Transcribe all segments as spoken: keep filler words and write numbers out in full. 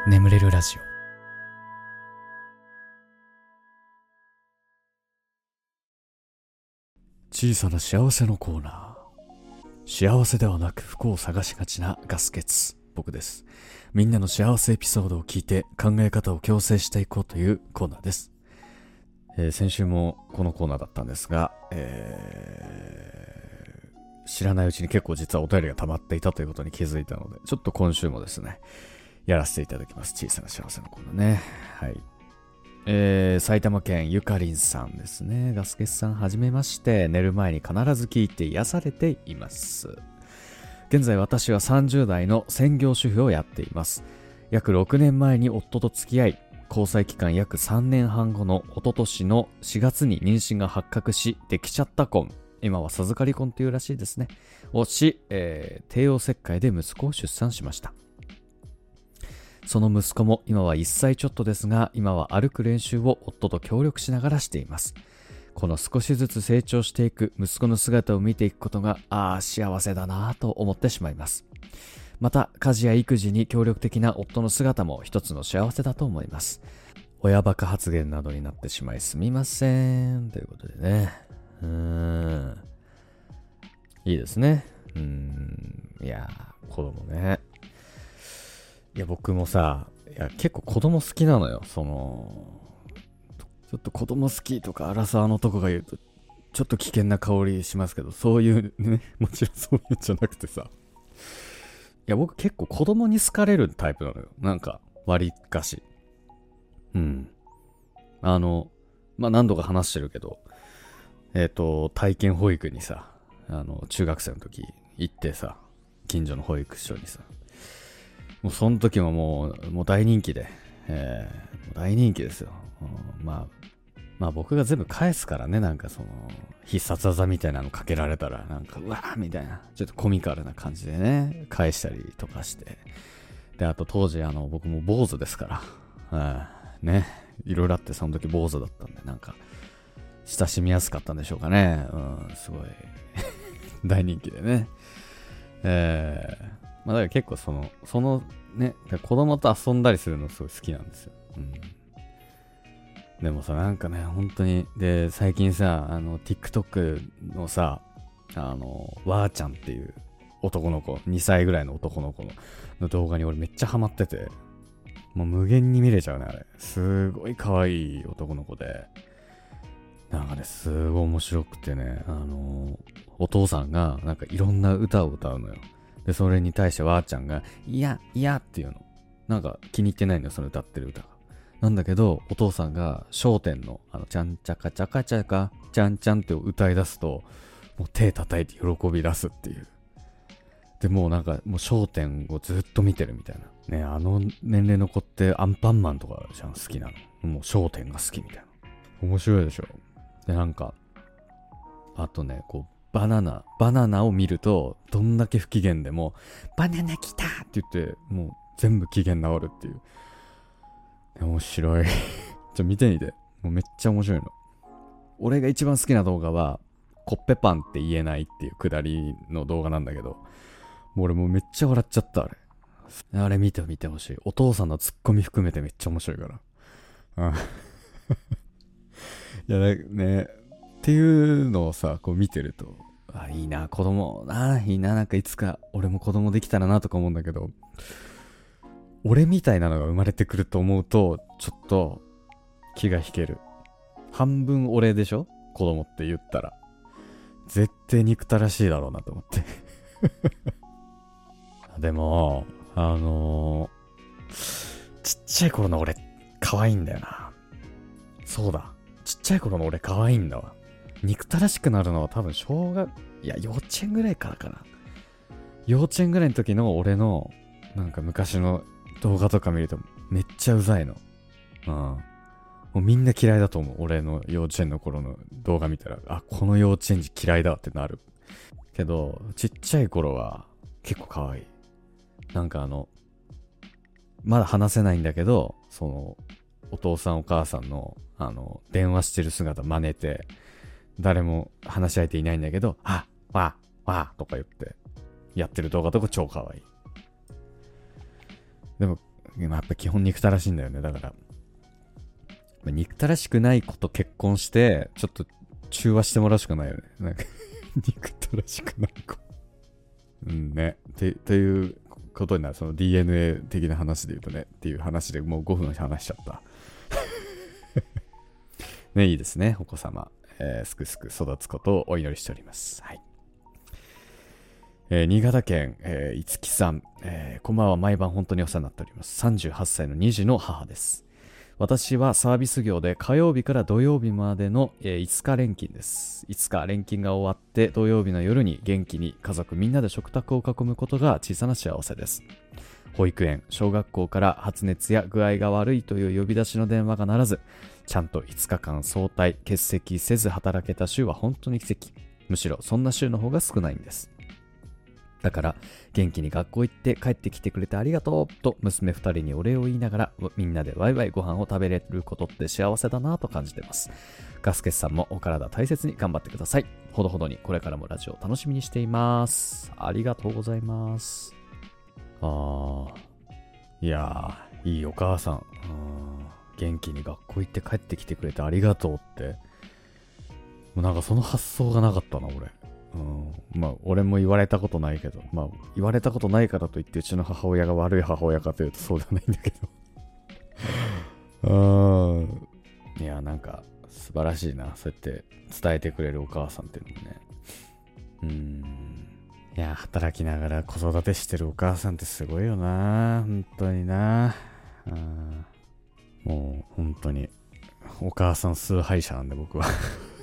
眠れるラジオ。小さな幸せのコーナー。幸せではなく不幸を探しがちなガスケツ、僕です。みんなの幸せエピソードを聞いて考え方を矯正していこうというコーナーです。えー、先週もこのコーナーだったんですが、えー、知らないうちに結構実はお便りが溜まっていたということに気づいたので、ちょっと今週もですねやらせていただきます。小さな幸せのコーナーね。はい。えー、埼玉県ゆかりんさんですね。ガスケツさんはじめまして。寝る前に必ず聞いて癒されています。現在私はさんじゅう代の専業主婦をやっています。約ろくねんまえに夫と付き合い、交際期間約さんねんはん後の一昨年のしがつに妊娠が発覚し、できちゃった婚、今は授かり婚というらしいですね、をし、えー、帝王切開で息子を出産しました。その息子も今はいっさいちょっとですが、今は歩く練習を夫と協力しながらしています。この少しずつ成長していく息子の姿を見ていくことが、ああ幸せだなぁと思ってしまいます。また家事や育児に協力的な夫の姿も一つの幸せだと思います。親バカ発言などになってしまいすみませんということでね。うーんいいですね。うーんいや子供ね。いや僕もさ、いや結構子供好きなのよ。そのちょっと子供好きとかアラサーのとこが言うとちょっと危険な香りしますけど、そういうね、もちろんそういうんじゃなくてさ、いや僕結構子供に好かれるタイプなのよ。なんか割かし。うんあのまあ何度か話してるけど、えっと体験保育にさ、あの中学生の時行ってさ、近所の保育所にさ、もうその時ももうもう大人気で、えー、大人気ですよ。まあまあ僕が全部返すからね。なんかその必殺技みたいなのかけられたらなんかうわーみたいなちょっとコミカルな感じでね返したりとかして、であと当時あの僕も坊主ですから、うん、ねいろいろあって、その時坊主だったんでなんか親しみやすかったんでしょうかね。うんすごい大人気でね。えー、まあだから結構そのそのね子供と遊んだりするのすごい好きなんですよ。うんでもさ、なんかね、本当に、で、最近さ、あの、TikTok のさ、あの、わーちゃんっていう男の子、にさいぐらいの男の子のの動画に俺めっちゃハマってて、もう無限に見れちゃうね、あれ。すごい可愛い男の子で、なんかね、すごい面白くてね、あの、お父さんが、なんかいろんな歌を歌うのよ。で、それに対してわーちゃんが、いや、いやっていうの。なんか気に入ってないのよ、その歌ってる歌が。なんだけど、お父さんが笑点の、あの、ちゃんちゃかちゃかちゃか、ちゃんちゃんって歌い出すと、もう手叩いて喜び出すっていう。で、もうなんか、もう笑点をずっと見てるみたいな。ね、あの年齢の子ってアンパンマンとかじゃん、好きなの。もう笑点が好きみたいな。面白いでしょ。で、なんか、あとね、こう、バナナ、バナナを見ると、どんだけ不機嫌でも、バナナ来たって言って、もう全部機嫌治るっていう。面白い。ちょ、見てみて。もうめっちゃ面白いの。俺が一番好きな動画は、コッペパンって言えないっていうくだりの動画なんだけど、もう俺もうめっちゃ笑っちゃった、あれ。あれ見てみてほしい。お父さんのツッコミ含めてめっちゃ面白いから。うん。いやね、っていうのをさ、こう見てると、あ、いいな、子供な、いいな、なんかいつか俺も子供できたらなとか思うんだけど、俺みたいなのが生まれてくると思うと、ちょっと気が引ける。半分俺でしょ？子供って言ったら。絶対憎たらしいだろうなと思って。でも、あのー、ちっちゃい頃の俺、可愛いんだよな。そうだ。ちっちゃい頃の俺可愛いんだわ。憎たらしくなるのは多分小学、いや幼稚園ぐらいからかな。幼稚園ぐらいの時の俺の、なんか昔の動画とか見るとめっちゃうざいの。うん。もうみんな嫌いだと思う。俺の幼稚園の頃の動画見たら、あ、この幼稚園児嫌いだってなる。けど、ちっちゃい頃は結構可愛い。なんかあの、まだ話せないんだけど、その、お父さんお母さんの、あの、電話してる姿真似て、誰も話し相手いないんだけど、あ、わ、わ、とか言って、やってる動画とか超可愛い。でも、 やっぱ基本憎たらしいんだよね。だから憎たらしくない子と結婚してちょっと中和してもらうしかないよね。なんか憎たらしくない子うんねってっていうことになる。その ディーエヌエー 的な話で言うとねっていう話でもうごふん話しちゃったね。いいですね。お子様、えー、すくすく育つことをお祈りしております。はい。えー、新潟県、えー、いつきさん、えー、こんばんは。毎晩本当にお世話になっております。さんじゅうはっさいのに児の母です。私はサービス業で火曜日から土曜日までの、えー、いつか連勤です。いつか連勤が終わって土曜日の夜に元気に家族みんなで食卓を囲むことが小さな幸せです。保育園、小学校から発熱や具合が悪いという呼び出しの電話が鳴らず、ちゃんといつかかん早退、欠席せず働けた週は本当に奇跡。むしろそんな週の方が少ないんです。だから元気に学校行って帰ってきてくれてありがとうと娘ふたりにお礼を言いながらみんなでワイワイご飯を食べれることって幸せだなと感じています。ガスケツさんもお体大切に頑張ってください。ほどほどにこれからもラジオ楽しみにしています。ありがとうございます。あーいやーいいお母さん。元気に学校行って帰ってきてくれてありがとうって、もうなんかその発想がなかったな俺。うん、まあ俺も言われたことないけど、まあ言われたことないからといってうちの母親が悪い母親かというとそうではないんだけどうんいやなんか素晴らしいな、そうやって伝えてくれるお母さんっていうのもね。うんいや働きながら子育てしてるお母さんってすごいよな、本当にな。うんもう本当にお母さん崇拝者なんで僕は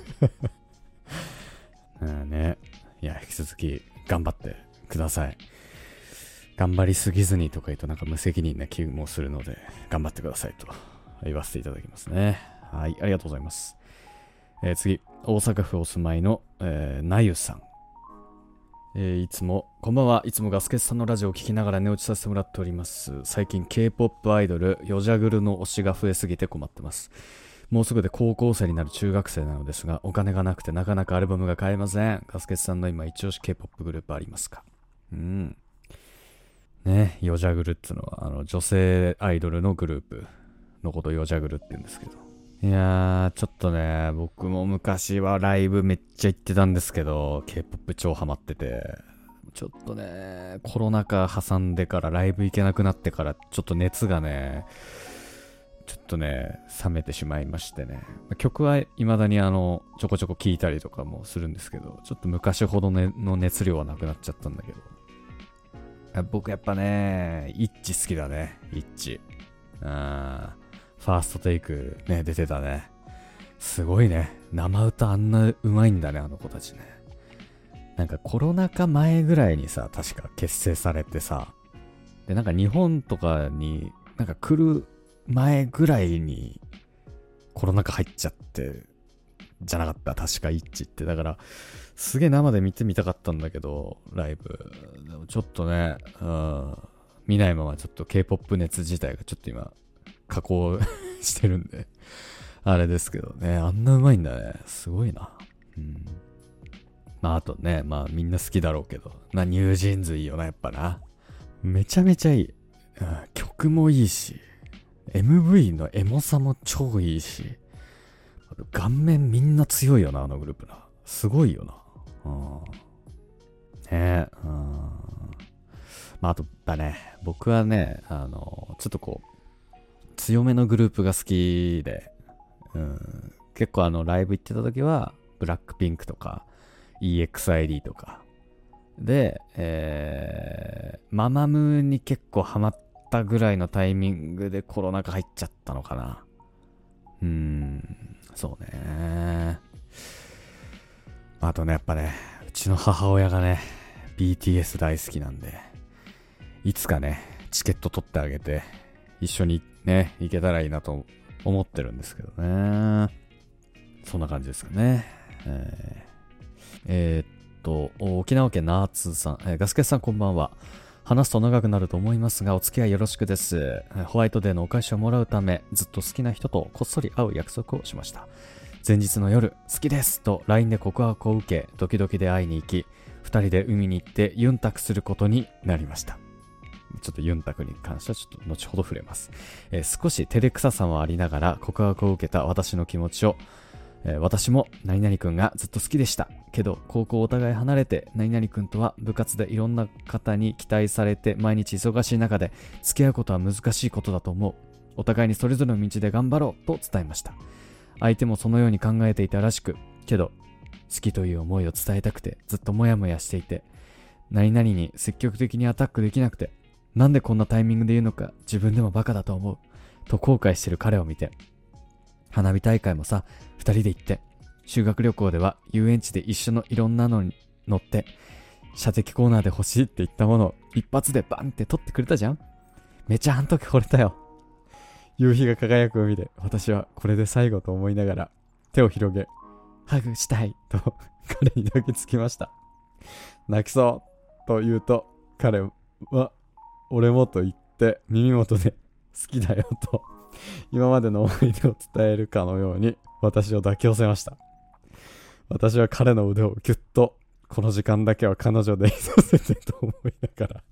うんね、いや引き続き頑張ってください。頑張りすぎずにとか言うとなんか無責任な気もするので頑張ってくださいと言わせていただきますね。はい、ありがとうございます。えー、次、大阪府お住まいの、えー、なゆさん、えー、いつもこんばんは。いつもガスケツさんのラジオを聞きながら寝落ちさせてもらっております。最近 K-ポップ アイドルヨジャグルの推しが増えすぎて困ってます。もうすぐで高校生になる中学生なのですが、お金がなくてなかなかアルバムが買えません。ガスケツさんの今一押し K-ポップ グループありますか？うんね、ヨジャグルっていうのはあの女性アイドルのグループのことをヨジャグルって言うんですけど、いやーちょっとね僕も昔はライブめっちゃ行ってたんですけど K-ポップ 超ハマってて、ちょっとねコロナ禍挟んでからライブ行けなくなってからちょっと熱がねちょっとね冷めてしまいましてね、曲は未だにあのちょこちょこ聴いたりとかもするんですけど、ちょっと昔ほど、ね、の熱量はなくなっちゃったんだけど、僕やっぱねイッチ好きだね。イッチあファーストテイクね出てたね。すごいね、生歌あんなうまいんだねあの子たちね。なんかコロナ禍前ぐらいにさ確か結成されてさ、でなんか日本とかになんか来る前ぐらいにコロナ禍入っちゃってじゃなかった確かイッチって。だからすげえ生で見てみたかったんだけどライブでもちょっとね、うん、見ないままちょっと K-ポップ 熱自体がちょっと今加工してるんであれですけどね、あんなうまいんだね、すごいな。うんまああとねまあみんな好きだろうけどな、ニュージーンズいいよなやっぱな、めちゃめちゃいい、うん、曲もいいし エムブイ のエモさも超いいし、顔面みんな強いよなあのグループな、すごいよな。うんねえ、うんまああとだね僕はねあのちょっとこう強めのグループが好きで、うん、結構あのライブ行ってた時はブラックピンクとか イーエックスアイディー とかで、えー、ママムーに結構ハマったぐらいのタイミングでコロナ禍入っちゃったのかな。うーんそうね。あとねやっぱねうちの母親がね ビーティーエス 大好きなんで、いつかねチケット取ってあげて一緒にね行けたらいいなと思ってるんですけどね。そんな感じですかね。えー、えー、っと沖縄県ナーツさん、えー、ガスケさんこんばんは。話すと長くなると思いますがお付き合いよろしくです。ホワイトデーのお返しをもらうためずっと好きな人とこっそり会う約束をしました。前日の夜好きですと ライン で告白を受けドキドキで会いに行きふたりで海に行ってユンタクすることになりました。 ちょっとユンタクに関してはちょっと後ほど触れます。えー、少し照れくささもありながら告白を受けた私の気持ちを、えー、私も何々くんがずっと好きでした。けど高校お互い離れて、何々くんとは部活でいろんな方に期待されて毎日忙しい中で付き合うことは難しいことだと思う。お互いにそれぞれの道で頑張ろうと伝えました。相手もそのように考えていたらしく、けど好きという思いを伝えたくてずっとモヤモヤしていて、何々に積極的にアタックできなくて、なんでこんなタイミングで言うのか自分でもバカだと思うと後悔してる彼を見て、花火大会もさ二人で行って、修学旅行では遊園地で一緒のいろんなのに乗って射的コーナーで欲しいって言ったものを一発でバンって取ってくれたじゃん。めちゃあん時惚れたよ。夕日が輝く海で私はこれで最後と思いながら手を広げハグしたいと彼に抱きつきました。泣きそうと言うと彼は俺もと言って耳元で好きだよと今までの思い出を伝えるかのように私を抱き寄せました。私は彼の腕をギュッとこの時間だけは彼女でいさせてと思いながら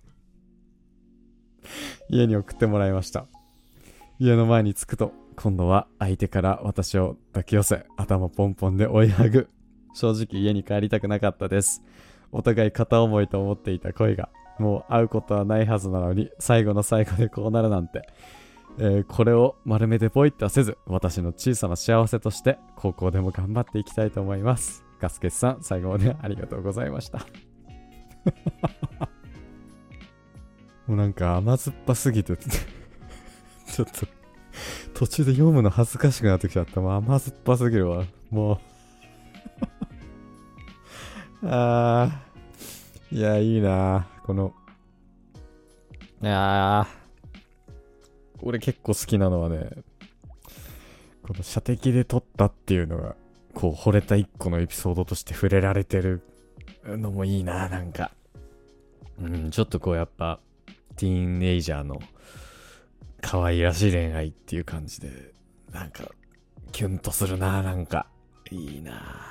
家に送ってもらいました。家の前に着くと今度は相手から私を抱き寄せ頭ポンポンで追いハグ。正直家に帰りたくなかったです。お互い片思いと思っていた恋がもう会うことはないはずなのに最後の最後でこうなるなんて、えー、これを丸めてポイッとはせず私の小さな幸せとして高校でも頑張っていきたいと思います。ガスケツさん最後までありがとうございましたもうなんか甘酸っぱすぎてちょっと途中で読むの恥ずかしくなってきちゃった。もう甘酸っぱすぎるわもうあーいやいいなこのいや俺結構好きなのはね、この射的で撮ったっていうのがこう惚れた一個のエピソードとして触れられてるのもいいな。なんかうんちょっとこうやっぱティーンエイジャーの可愛らしい恋愛っていう感じでなんかキュンとするな。なんかいいな。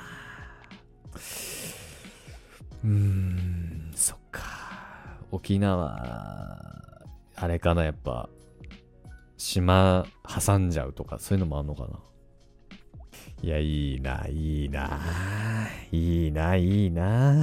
うーんそっか。沖縄あれかな、やっぱ島挟んじゃうとかそういうのもあんのかな。いやいいないいないいないいな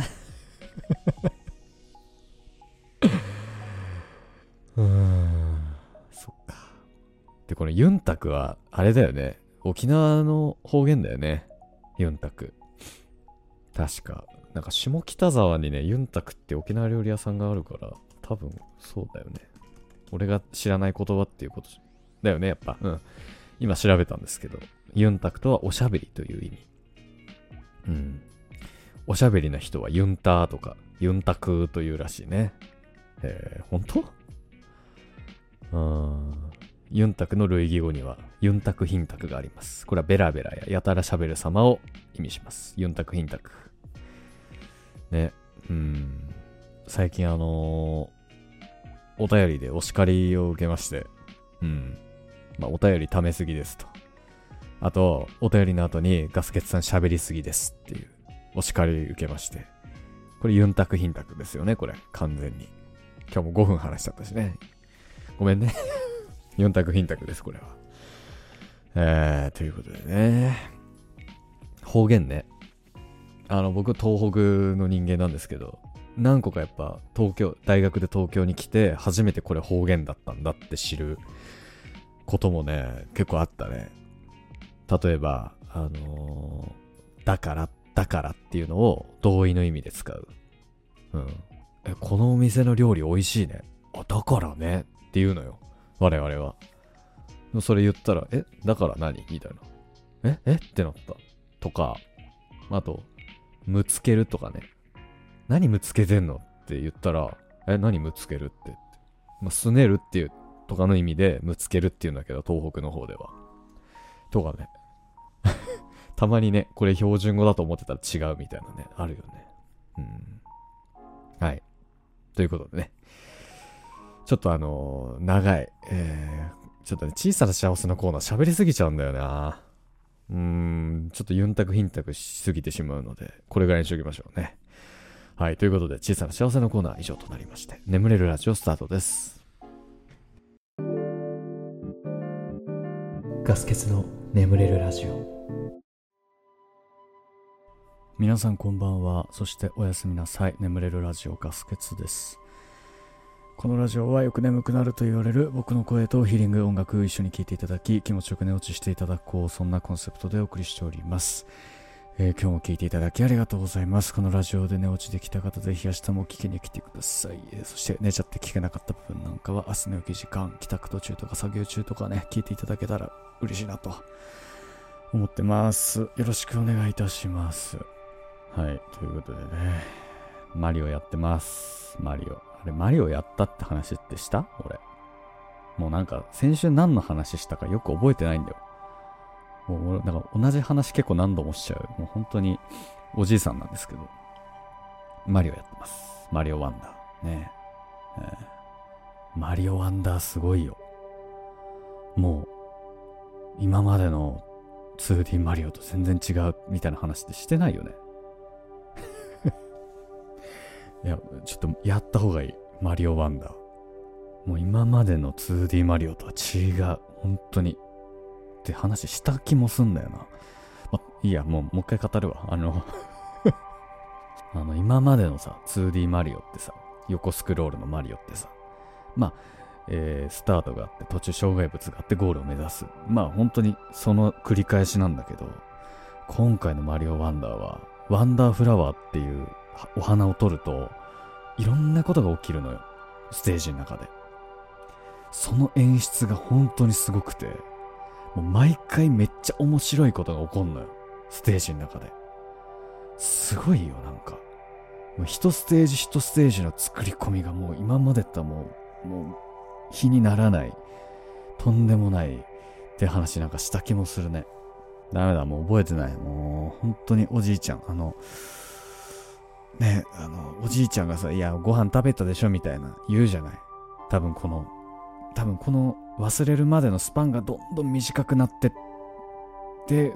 うーんそっか。でこのユンタクはあれだよね、沖縄の方言だよね、ユンタク。確かなんか下北沢にねユンタクって沖縄料理屋さんがあるから多分そうだよね。俺が知らない言葉っていうことだよねやっぱ。うん今調べたんですけど、ユンタクとはおしゃべりという意味。うんおしゃべりな人はユンターとかユンタクというらしいね。えー、本当？うーんユンタクの類義語にはユンタクヒンタクがあります。これはベラベラややたらしゃべる様を意味します。ユンタクヒンタクね。うん最近あのー、お便りでお叱りを受けまして、うんまあお便り溜めすぎですと、あとお便りの後にガスケツさん喋りすぎですっていうお叱り受けまして、これユンタクヒンタクですよね。これ完全に今日もごふん話しちゃったしね、ごめんねユンタクヒンタクですこれは。えー、ということでね、方言ね。あの僕東北の人間なんですけど、何個かやっぱ東京大学で東京に来て初めてこれ方言だったんだって知ることもね結構あったね。例えばあのー、だからだからっていうのを同意の意味で使う。うんえこのお店の料理美味しいね、あだからねっていうのよ我々は。それ言ったらえだから何みたいな、ええってなったとか、あとむつけるとかね、何むつけてんのって言ったらえ何むつけるって、まあ、すねるっていうとかの意味でむつけるっていうんだけど東北の方ではとかねたまにねこれ標準語だと思ってたら違うみたいなねあるよね。うんはいということでね、ちょっとあのー、長い、えー、ちょっとね小さな幸せのコーナー喋りすぎちゃうんだよな。うーんちょっとユンタクヒンタクしすぎてしまうのでこれぐらいにしておきましょうね。はいということで小さな幸せのコーナー以上となりまして、眠れるラジオスタートです。 ガス欠の眠れるラジオ。 皆さんこんばんは。そしておやすみなさい。眠れるラジオガス欠です。このラジオはよく眠くなると言われる僕の声とヒーリング音楽を一緒に聴いていただき、気持ちよく寝落ちしていただこう、そんなコンセプトでお送りしております。えー、今日も聴いていただきありがとうございます。このラジオで寝落ちできた方、ぜひ明日も聞きに来てください。えー、そして寝ちゃって聞けなかった部分なんかは明日の起き時間、帰宅途中とか作業中とかね、聞いていただけたら嬉しいなと思ってます。よろしくお願いいたします。はい、ということでね、マリオやってます。マリオ。あれ、マリオやったって話ってした俺。もうなんか、先週何の話したかよく覚えてないんだよ。もう俺、なんか同じ話結構何度もしちゃう。もう本当におじいさんなんですけど。マリオやってます。マリオワンダー。ねえ。えー、マリオワンダーすごいよ。もう、今までの ツーディー マリオと全然違うみたいな話ってしてないよね。いや、ちょっとやった方がいい。マリオワンダー。もう今までの ツーディー マリオとは違う。本当に。って話した気もすんだよな。ま、いいや、もう、もう一回語るわ。あの、あの、今までのさ、ツーディー マリオってさ、横スクロールのマリオってさ、まあ、えー、スタートがあって、途中障害物があってゴールを目指す。まあ、本当にその繰り返しなんだけど、今回のマリオワンダーは、ワンダーフラワーっていうお花を取ると、いろんなことが起きるのよ。ステージの中で。その演出が本当にすごくて、もう毎回めっちゃ面白いことが起こんのよ。ステージの中で。すごいよ、なんか。もう一ステージ一ステージの作り込みがもう今までとはもう、もう、比にならない、とんでもないって話なんかした気もするね。ダメだ、もう覚えてない。もう、本当におじいちゃん。あの、ね、あの、おじいちゃんがさ、いや、ご飯食べたでしょみたいな言うじゃない。多分この、多分この忘れるまでのスパンがどんどん短くなってって、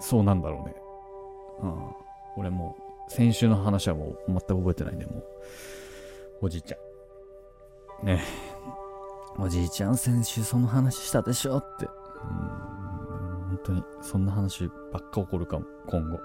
そうなんだろうね。うん。俺もう、先週の話はもう全く覚えてないんで、もう、おじいちゃん。ね。おじいちゃん先週その話したでしょって。うん。本当に、そんな話ばっか起こるかも、今後。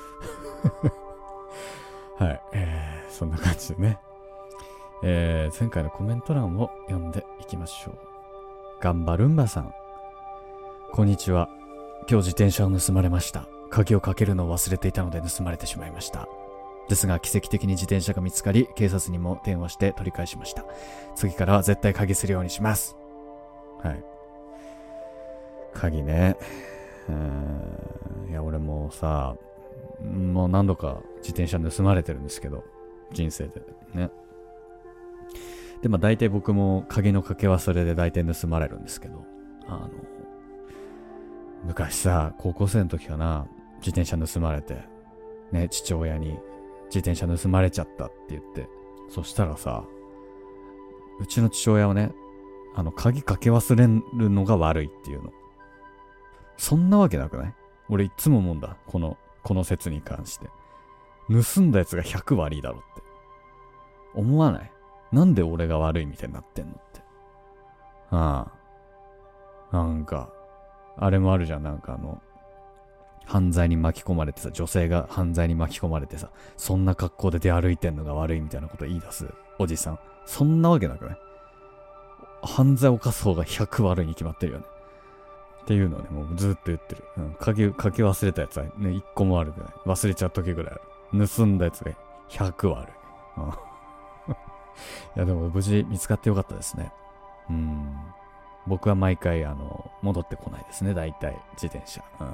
はい、えー、そんな感じでね、えー、前回のコメント欄を読んでいきましょう。ガンバルンバさん、こんにちは。今日自転車を盗まれました。鍵をかけるのを忘れていたので盗まれてしまいました。ですが奇跡的に自転車が見つかり、警察にも電話して取り返しました。次からは絶対鍵するようにします。はい。鍵ね。うーん、いや俺もさ、もう何度か自転車盗まれてるんですけど、人生でね。で、まあ大体僕も鍵のかけ忘れで大体盗まれるんですけど、あの、昔さ、高校生の時かな、自転車盗まれて、ね、父親に自転車盗まれちゃったって言って、そしたらさ、うちの父親はね、あの、鍵かけ忘れるのが悪いっていうの。そんなわけなくない？俺いつも思うんだ、この、この説に関して。盗んだやつがひゃく悪いだろって思わない？なんで俺が悪いみたいになってんのって。ああ。なんか、あれもあるじゃん。なんかあの、犯罪に巻き込まれてさ、女性が犯罪に巻き込まれてさ、そんな格好で出歩いてんのが悪いみたいなこと言い出すおじさん。そんなわけなくない？犯罪を犯す方がひゃく悪いに決まってるよね。っていうのをね、もうずっと言ってる。うん。鍵、鍵忘れたやつはね、一個も悪くない。忘れちゃう時ぐらいある。盗んだやつがひゃく悪い。うん。いや、でも無事見つかってよかったですね。うん。僕は毎回、あの、戻ってこないですね、大体、自転車。うん。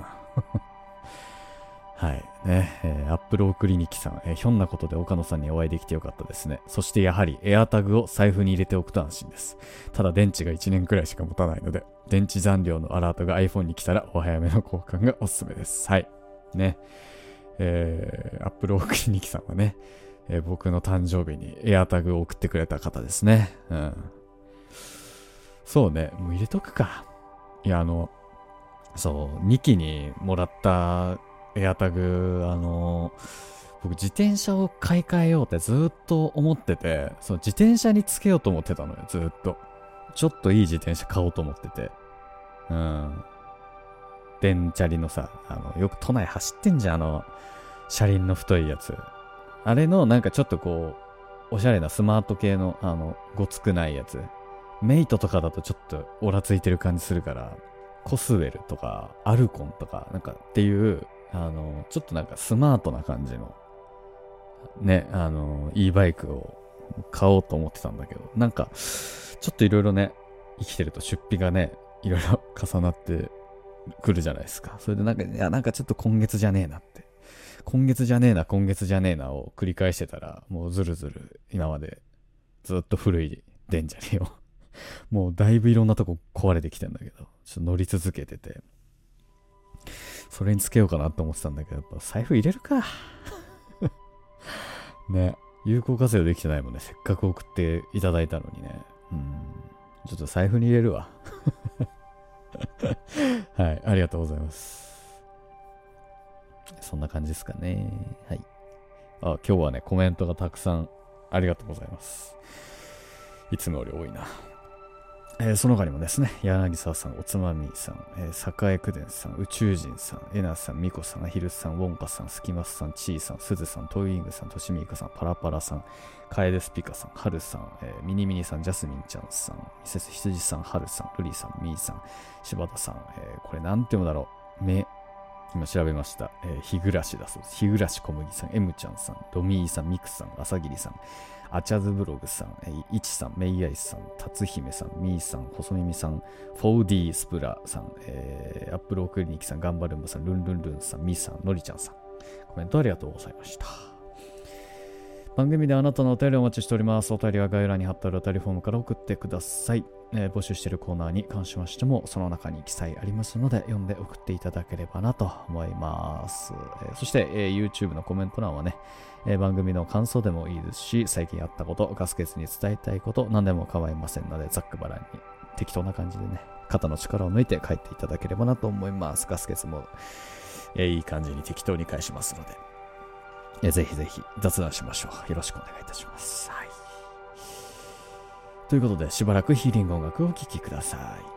はい。ね、えー、アップロークリニキさん、えー、ひょんなことで岡野さんにお会いできてよかったですね。そしてやはり、エアタグを財布に入れておくと安心です。ただ電池がいちねんくらいしか持たないので、電池残量のアラートが iPhone に来たらお早めの交換がおすすめです。はい。ね。えー、アップロークリニキさんはね、えー、僕の誕生日にエアタグを送ってくれた方ですね。うん。そうね、もう入れとくか。いや、あの、そう、にきにもらったエアタグ、あの、僕自転車を買い替えようってずっと思ってて、そう、自転車につけようと思ってたのよ、ずっと。ちょっといい自転車買おうと思ってて。うん。 電チャリのさ、あの、よく都内走ってんじゃん、あの、車輪の太いやつ。あれのなんかちょっとこう、おしゃれなスマート系の、あの、ごつくないやつ。メイトとかだとちょっとオラついてる感じするから、コスウェルとか、アルコンとか、なんかっていう、あの、ちょっとなんかスマートな感じの、ね、あの、e バイクを買おうと思ってたんだけど、なんか、ちょっといろいろね、生きてると出費がね、いろいろ重なってくるじゃないですか。それでなんか、いや、なんかちょっと今月じゃねえなって。今月じゃねえな、今月じゃねえなを繰り返してたら、もうずるずる、今までずっと古い電車にを、もうだいぶいろんなとこ壊れてきてんだけど、ちょっと乗り続けてて、それにつけようかなと思ってたんだけど、やっぱ財布入れるか。ね、有効活用できてないもんね。せっかく送っていただいたのにね。うん。ちょっと財布に入れるわ。はい、ありがとうございます。そんな感じですかね。はい。あ、今日はね、コメントがたくさんありがとうございます。いつもより多いな。えー、その他にもですね、柳沢さん、おつまみさん、えー、栄九伝さん、宇宙人さん、えなさん、みこさん、アヒルさん、ウォンカさん、スキマスさん、チーさん、すずさん、トイイングさん、としみいかさん、パラパラさん、カエデスピカさん、はるさん、えー、ミニミニさん、ジャスミンちゃんさん、ミセス羊さん、はるさん、ルリさん、ミーさん、柴田さん、えー、これなんて読むだろう。め、今調べました。えー、日暮らしだそうです。日暮らし小麦さん、エムちゃんさん、ドミーさん、ミクさん、朝霧さん、アチャズブログさん、えー、イチさん、メイアイスさん、タツヒメさん、ミーさん、細耳さん、フォーディー スプラさん、えー、アップロークリニックさん、ガンバルンバさん、ルンルンルンさん、ミーさん、ノリちゃんさん、コメントありがとうございました。番組であなたのお便りをお待ちしております。お便りは概要欄に貼ってあるお便りフォームから送ってください。えー、募集しているコーナーに関しましても、その中に記載ありますので、読んで送っていただければなと思います。えー、そして、えー、YouTube のコメント欄はね、えー、番組の感想でもいいですし、最近あったこと、ガスケツに伝えたいこと、何でも構いませんので、ざっくばらんに適当な感じでね、肩の力を抜いて書いていただければなと思います。ガスケツも、えー、いい感じに適当に返しますので、えぜひぜひ雑談しましょう。よろしくお願いいたします。はい。ということで、しばらくヒーリング音楽をお聴きください。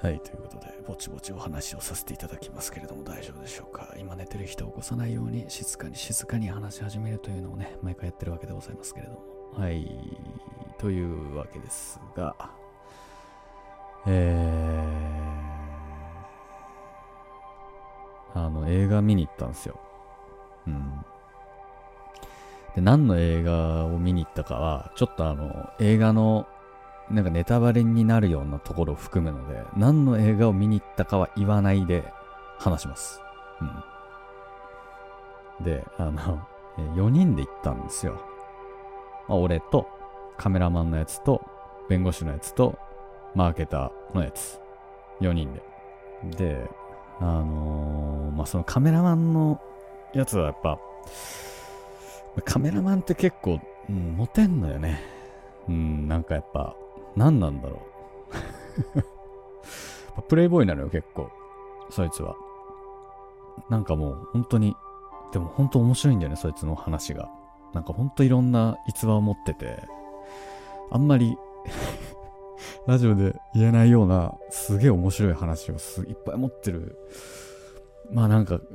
はい、ということで、ぼちぼちお話をさせていただきますけれども、大丈夫でしょうか。今寝てる人を起こさないように、静かに静かに話し始めるというのをね、毎回やってるわけでございますけれども。はい、というわけですが、えー、あの、映画見に行ったんですよ。うん。で、何の映画を見に行ったかは、ちょっとあの、映画の、なんかネタバレになるようなところを含むので、何の映画を見に行ったかは言わないで話します。うん。で、あの、よにんで行ったんですよ。まあ、俺と、カメラマンのやつと、弁護士のやつと、マーケターのやつ。よにんで。で、あのー、まあ、そのカメラマンのやつはやっぱ、カメラマンって結構、うん、モテんのよね。うん、なんかやっぱ、何なんだろう。プレイボーイなのよ、結構。そいつは。なんかもう、本当に、でも本当面白いんだよね、そいつの話が。なんか本当いろんな逸話を持ってて、あんまり、ラジオで言えないような、すげえ面白い話をすいっぱい持ってる。まあなんか、うん、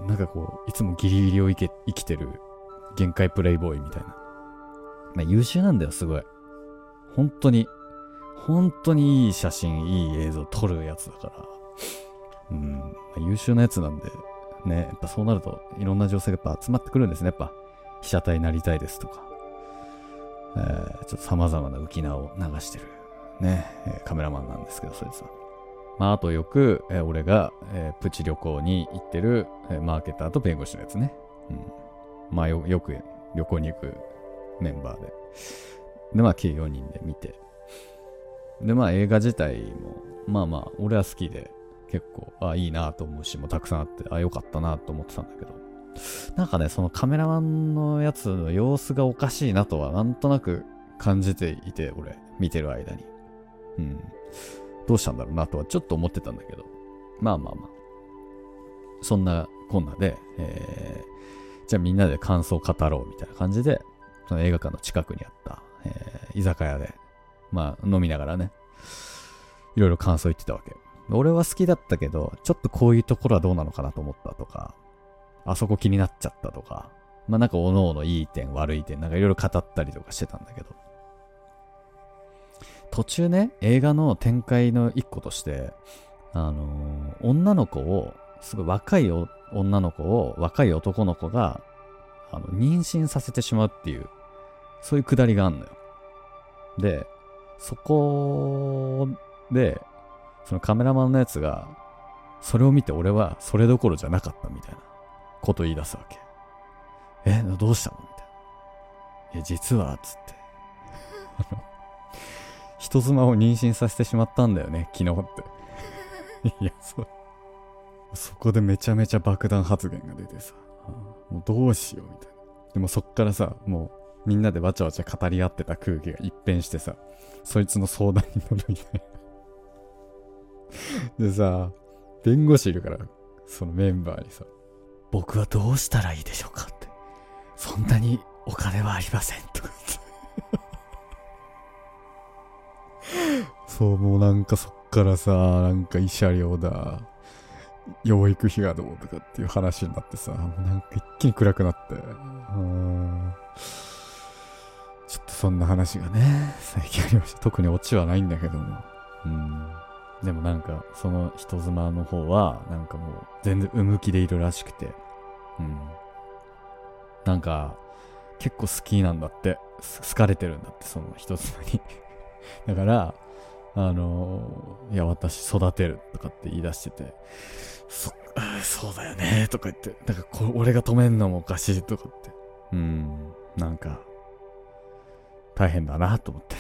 なんかこう、いつもギリギリを生き、生きてる、限界プレイボーイみたいな。まあ優秀なんだよ、すごい。本当に、本当にいい写真、いい映像撮るやつだから。うん、まあ、優秀なやつなんで、ね、やっぱそうなると、いろんな女性がやっぱ集まってくるんですね、やっぱ。被写体になりたいですとか。えー、ちょっと様々な浮き名を流してる、ね、えー、カメラマンなんですけど、そいつは。まあ、あとよく、えー、俺が、えー、プチ旅行に行ってる、えー、マーケターと弁護士のやつね。うん。まあよ、よく旅行に行くメンバーで。で、まあ、計よにんで見て。で、まあ、映画自体も、まあまあ、俺は好きで、結構、あ、いいなと思うシーンもたくさんあって、あ、よかったなと思ってたんだけど、なんかね、そのカメラマンのやつの様子がおかしいなとは、なんとなく感じていて、俺、見てる間に。うん。どうしたんだろうなとはちょっと思ってたんだけど、まあまあまあ。そんなこんなで、えー、じゃあみんなで感想を語ろうみたいな感じで、その映画館の近くにあった、えー、居酒屋で、まあ飲みながらね、いろいろ感想言ってたわけ。俺は好きだったけど、ちょっとこういうところはどうなのかなと思ったとか、あそこ気になっちゃったとか、まあなんか各々いい点悪い点なんかいろいろ語ったりとかしてたんだけど、途中ね、映画の展開の一個として、あのー、女の子を、すごい若い女の子を若い男の子があの妊娠させてしまうっていう、そういうくだりがあんのよ。で、そこで、そのカメラマンのやつが、それを見て俺はそれどころじゃなかったみたいなことを言い出すわけ。え、どうしたのみたいな。いや、実は、つって。あの、人妻を妊娠させてしまったんだよね、昨日って。いや、そう。そこでめちゃめちゃ爆弾発言が出てさ、もうどうしようみたいな。でもそっからさ、もうみんなでわちゃわちゃ語り合ってた空気が一変してさ、そいつの相談に乗るみたいな。でさ、弁護士いるから、そのメンバーにさ、僕はどうしたらいいでしょうかって。そんなにお金はありませんとかって。そう、もうなんかそっからさ、なんか慰謝料だ、養育費がどうとかっていう話になってさ、もうなんか一気に暗くなって、うーん、ちょっとそんな話がね、最近ありました。特にオチはないんだけども。うん。でもなんか、その人妻の方は、なんかもう全然産む気でいるらしくて、うん。なんか、結構好きなんだって、好かれてるんだって、その人妻に。だから、あのー、いや、私育てるとかって言い出してて、そ、そうだよねとか言って、だからこれ俺が止めんのもおかしいとかって、うん、なんか、大変だなと思って。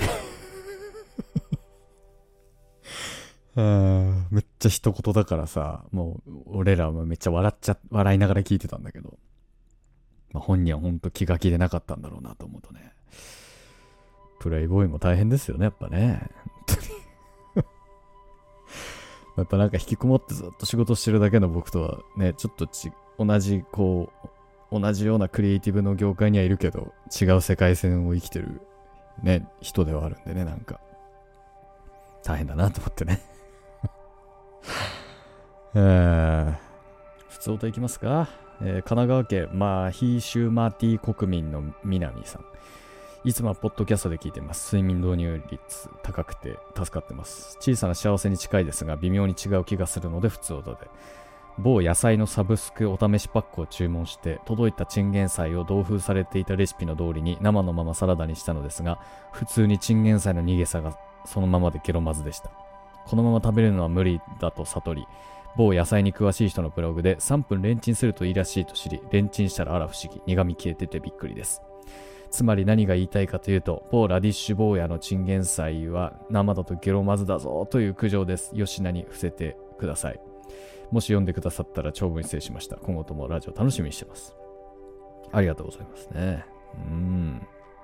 あめっちゃ一言だからさ、もう俺らもめっちゃ笑っちゃ、笑いながら聞いてたんだけど、まあ、本人はほんと気が気でなかったんだろうなと思うとね、プレイボーイも大変ですよね、やっぱね。本当に。やっぱなんか引きこもってずっと仕事してるだけの僕とはね、ちょっとち同じこう、同じようなクリエイティブの業界にはいるけど、違う世界線を生きてるね、人ではあるんでね、なんか。大変だなと思ってね。 えー、普通音いきますか。えー、神奈川県マーヒーシューマーティー国民の南さん。いつもはポッドキャストで聞いてます。睡眠導入率高くて助かってます。小さな幸せに近いですが微妙に違う気がするので普通音で。某野菜のサブスクお試しパックを注文して届いたチンゲン菜を同封されていたレシピの通りに生のままサラダにしたのですが、普通にチンゲン菜の苦さがそのままでゲロまずでした。このまま食べるのは無理だと悟り、某野菜に詳しい人のブログでさんぷんレンチンするといいらしいと知り、レンチンしたらあら不思議、苦味消えててびっくりです。つまり何が言いたいかというと、某ラディッシュ坊やのチンゲン菜は生だとゲロまずだぞという苦情です。吉名に伏せてください。もし読んでくださったら長文失礼しました。今後ともラジオ楽しみにしてます。ありがとうございますね。うーん。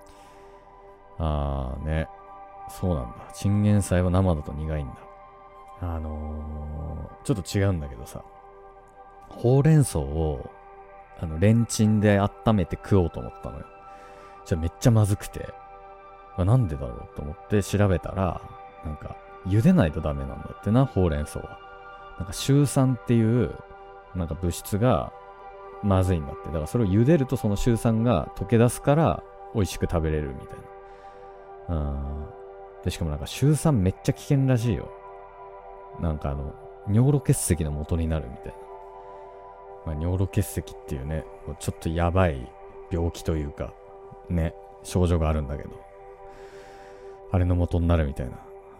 あーね。そうなんだ。チンゲン菜は生だと苦いんだ。あのー、ちょっと違うんだけどさ。ほうれん草を、あの、レンチンで温めて食おうと思ったのよ。じゃあめっちゃまずくて。なんでだろうと思って調べたら、なんか、茹でないとダメなんだってな、ほうれん草は。なんかシュウ酸っていうなんか物質がまずいんだって。だからそれを茹でるとそのシュウ酸が溶け出すから美味しく食べれるみたいな。うん。で、しかもなんかシュウ酸めっちゃ危険らしいよ。なんかあの、尿路結石の元になるみたいな。まあ、尿路結石っていうね、ちょっとやばい病気というか、ね、症状があるんだけど。あれの元になるみたいな。うん。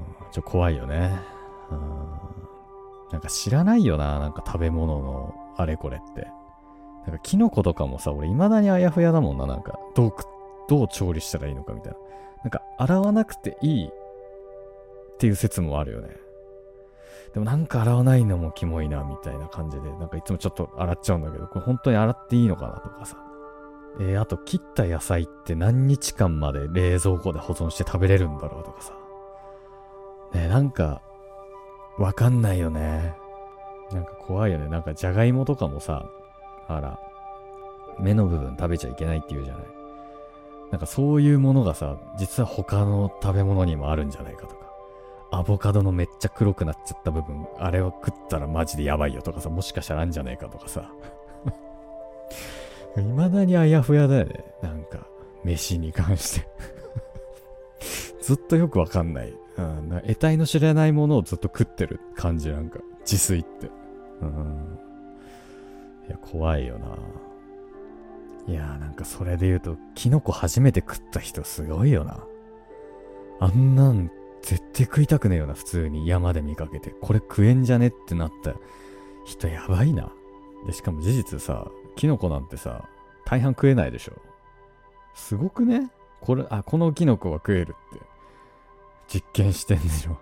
ちょっと怖いよね。うん。なんか知らないよな、なんか食べ物のあれこれって。なんかキノコとかもさ、俺未だにあやふやだもんな、なんかどうどう調理したらいいのかみたいな。なんか洗わなくていいっていう説もあるよね。でもなんか洗わないのもキモいなみたいな感じで、なんかいつもちょっと洗っちゃうんだけど、これ本当に洗っていいのかなとかさ。えー、あと切った野菜って何日間まで冷蔵庫で保存して食べれるんだろうとかさ。ね、なんかわかんないよね。なんか怖いよね。なんかじゃがいもとかもさ、あら、芽の部分食べちゃいけないって言うじゃない。なんかそういうものがさ、実は他の食べ物にもあるんじゃないかとか。アボカドのめっちゃ黒くなっちゃった部分、あれを食ったらマジでやばいよとかさ、もしかしたらあんじゃないかとかさ。未だにあやふやだよね。なんか、飯に関して。ずっとよくわかんない。うん、なんか得体の知らないものをずっと食ってる感じ、なんか自炊って、うん、いや怖いよな。いやーなんかそれで言うとキノコ初めて食った人すごいよな。あんなん絶対食いたくねえよな。普通に山で見かけてこれ食えんじゃねってなった人やばいな。でしかも事実さ、キノコなんてさ大半食えないでしょ。すごくね。これあこのキノコは食えるって実験してんでしょ。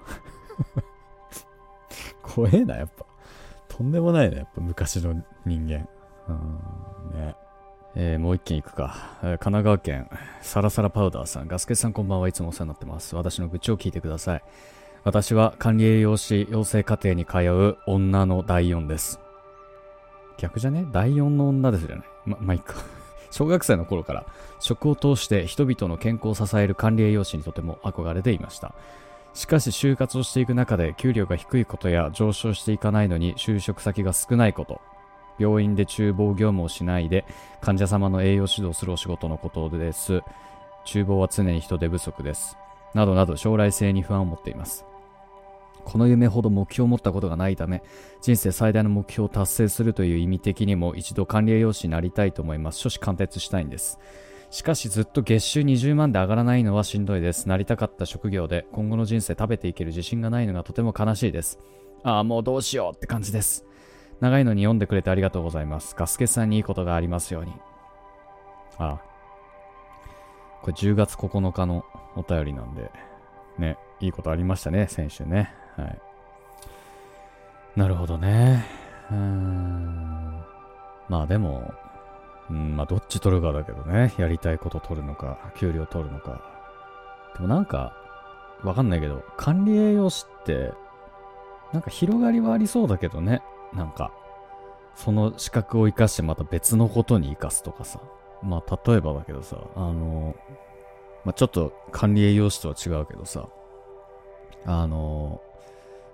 怖えな、やっぱ。とんでもないね、やっぱ昔の人間。うーん、ね。えー、もう一件いくか。えー、神奈川県、サラサラパウダーさん。ガスケさんこんばんは。いつもお世話になってます。私の愚痴を聞いてください。私は管理栄養士養成課程に通う女のだいよんです。逆じゃね？だいよんの女ですじゃない。ま、まあ、いいか。小学生の頃から食を通して人々の健康を支える管理栄養士にとても憧れていました。しかし就活をしていく中で給料が低いことや上昇していかないのに就職先が少ないこと、病院で厨房業務をしないで患者様の栄養指導するお仕事のことです。厨房は常に人手不足です。などなど将来性に不安を持っています。この夢ほど目標を持ったことがないため、人生最大の目標を達成するという意味的にも一度管理栄養士になりたいと思います。初志貫徹したいんです。しかしずっと月収にじゅうまんで上がらないのはしんどいです。なりたかった職業で今後の人生食べていける自信がないのがとても悲しいです。ああ、もうどうしようって感じです。長いのに読んでくれてありがとうございます。ガスケさんにいいことがありますように。ああ。これじゅうがつここのかのお便りなんで、ね、いいことありましたね、先週ね。はい。なるほどね。うーん。まあでも、うん、まあどっち取るかだけどね。やりたいこと取るのか、給料取るのか。でもなんか、わかんないけど、管理栄養士って、なんか広がりはありそうだけどね。なんか、その資格を生かしてまた別のことに生かすとかさ。まあ例えばだけどさ、あの、まあちょっと管理栄養士とは違うけどさ、あの、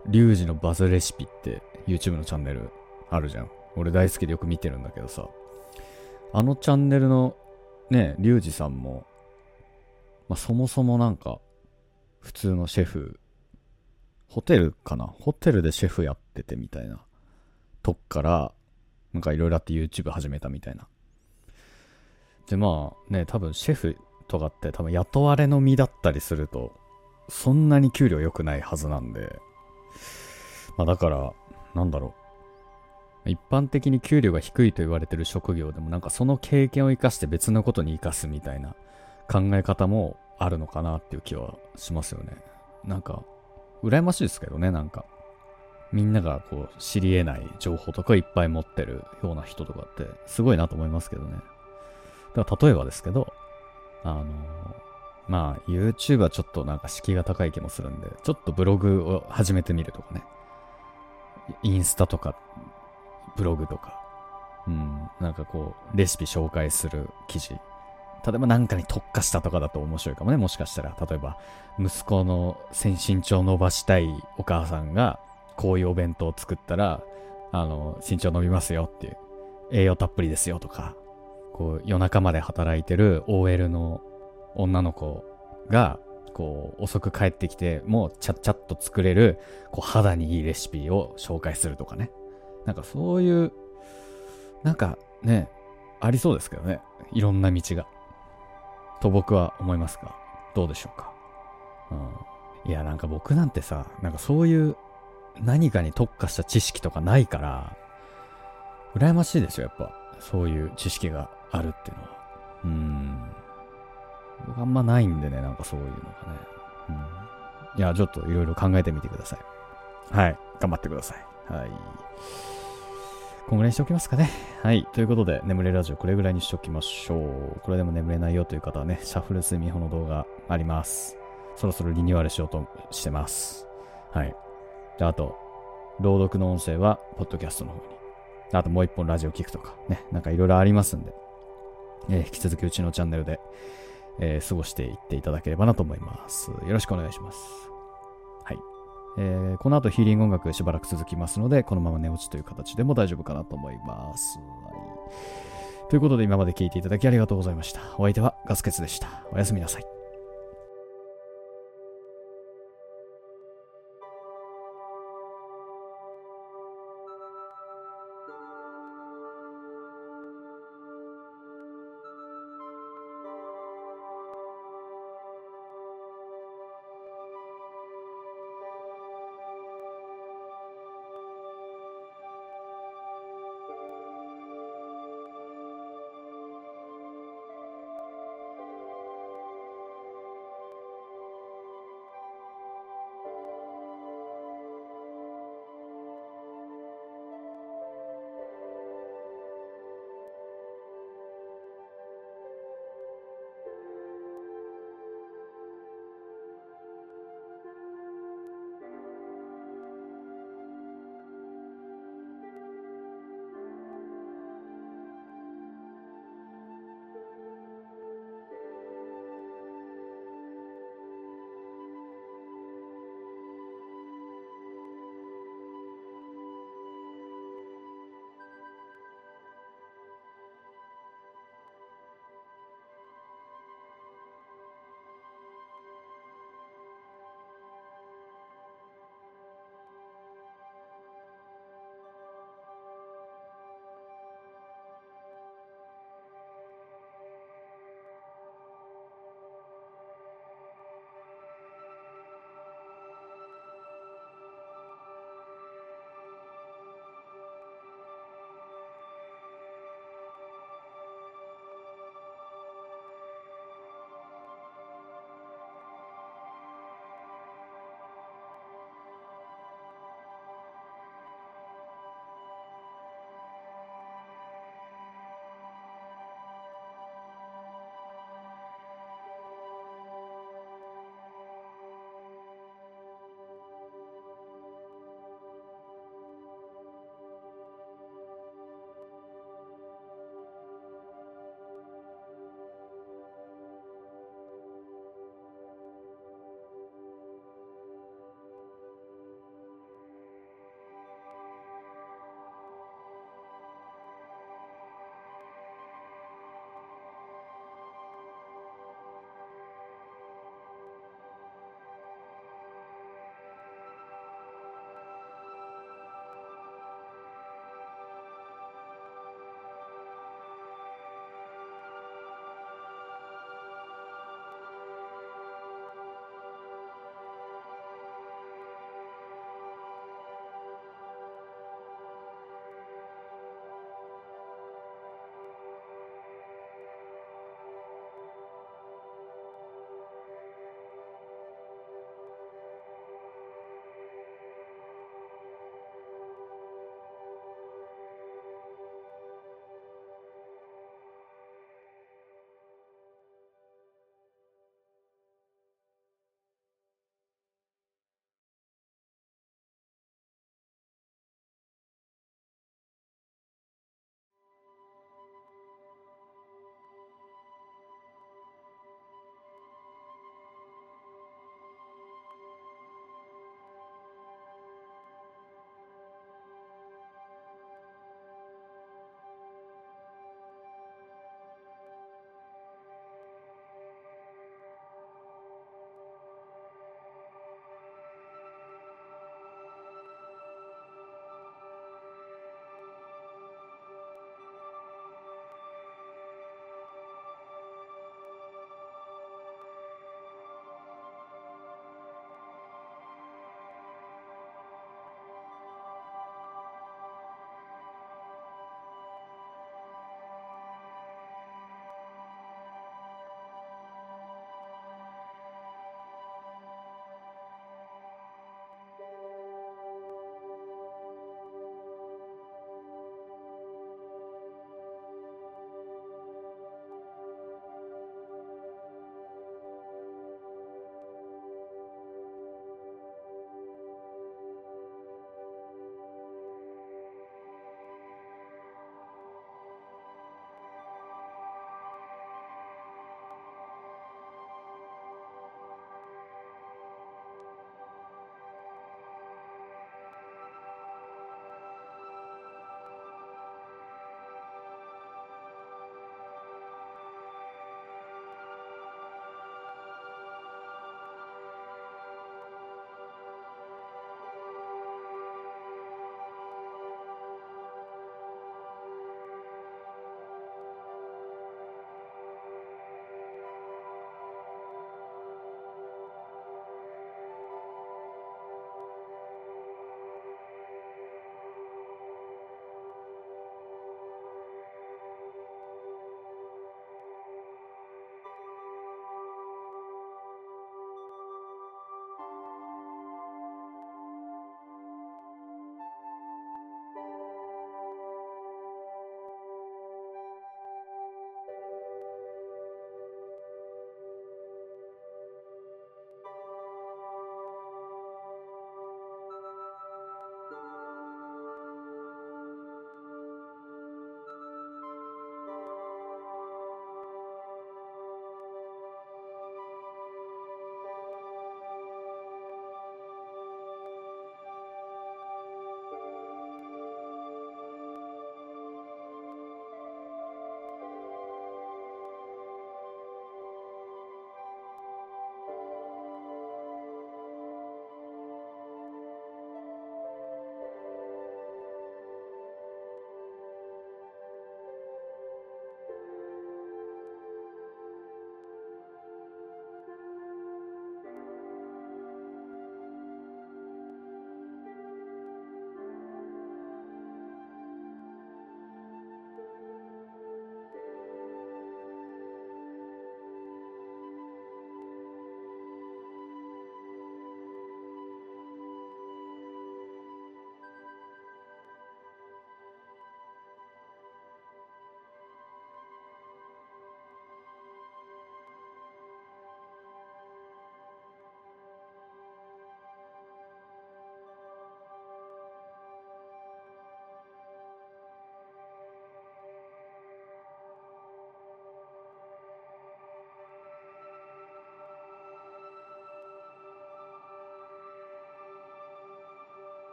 リュウジのバズレシピって YouTube のチャンネルあるじゃん。俺大好きでよく見てるんだけどさ、あのチャンネルのね、リュウジさんも、まあ、そもそもなんか普通のシェフ、ホテルかなホテルでシェフやっててみたいなとこからなんかいろいろあって YouTube 始めたみたいな。でまあね、多分シェフとかって多分雇われの身だったりするとそんなに給料良くないはずなんで、まあだからなんだろう、一般的に給料が低いと言われてる職業でもなんかその経験を生かして別のことに生かすみたいな考え方もあるのかなっていう気はしますよね。なんか羨ましいですけどね。なんかみんながこう知り得ない情報とかいっぱい持ってるような人とかってすごいなと思いますけどね。だから例えばですけど、あのまあ YouTube はちょっとなんか敷居が高い気もするんで、ちょっとブログを始めてみるとかね、インスタとかブログとか、うん、なんかこうレシピ紹介する記事、例えば何かに特化したとかだと面白いかもね。もしかしたら例えば息子の身長を伸ばしたいお母さんがこういうお弁当を作ったらあの身長伸びますよっていう、栄養たっぷりですよとか、こう夜中まで働いてる オーエル の女の子がこう遅く帰ってきてもうちゃっちゃっと作れるこう肌にいいレシピを紹介するとかね。なんかそういうなんかね、ありそうですけどね、いろんな道がと僕は思いますが、どうでしょうか。うん、いやなんか僕なんてさ、なんかそういう何かに特化した知識とかないから羨ましいですよ。やっぱそういう知識があるっていうのは。うーん、僕あんまないんでね、なんかそういうのがね。うん、いやちょっといろいろ考えてみてください。はい、頑張ってください。はい、こんぐらいにしておきますかね。はい。ということで、眠れラジオこれぐらいにしておきましょう。これでも眠れないよという方はね、シャッフル睡眠法の動画あります。そろそろリニューアルしようとしてます。はい。で、あと、朗読の音声は、ポッドキャストの方に。あともう一本ラジオ聞くとか、ね、なんかいろいろありますんで、えー、引き続きうちのチャンネルで、えー、過ごしていっていただければなと思います。よろしくお願いします。はい。えー、この後ヒーリング音楽しばらく続きますので、このまま寝落ちという形でも大丈夫かなと思います。はい、ということで今まで聞いていただきありがとうございました。お相手はガスケツでした。おやすみなさい。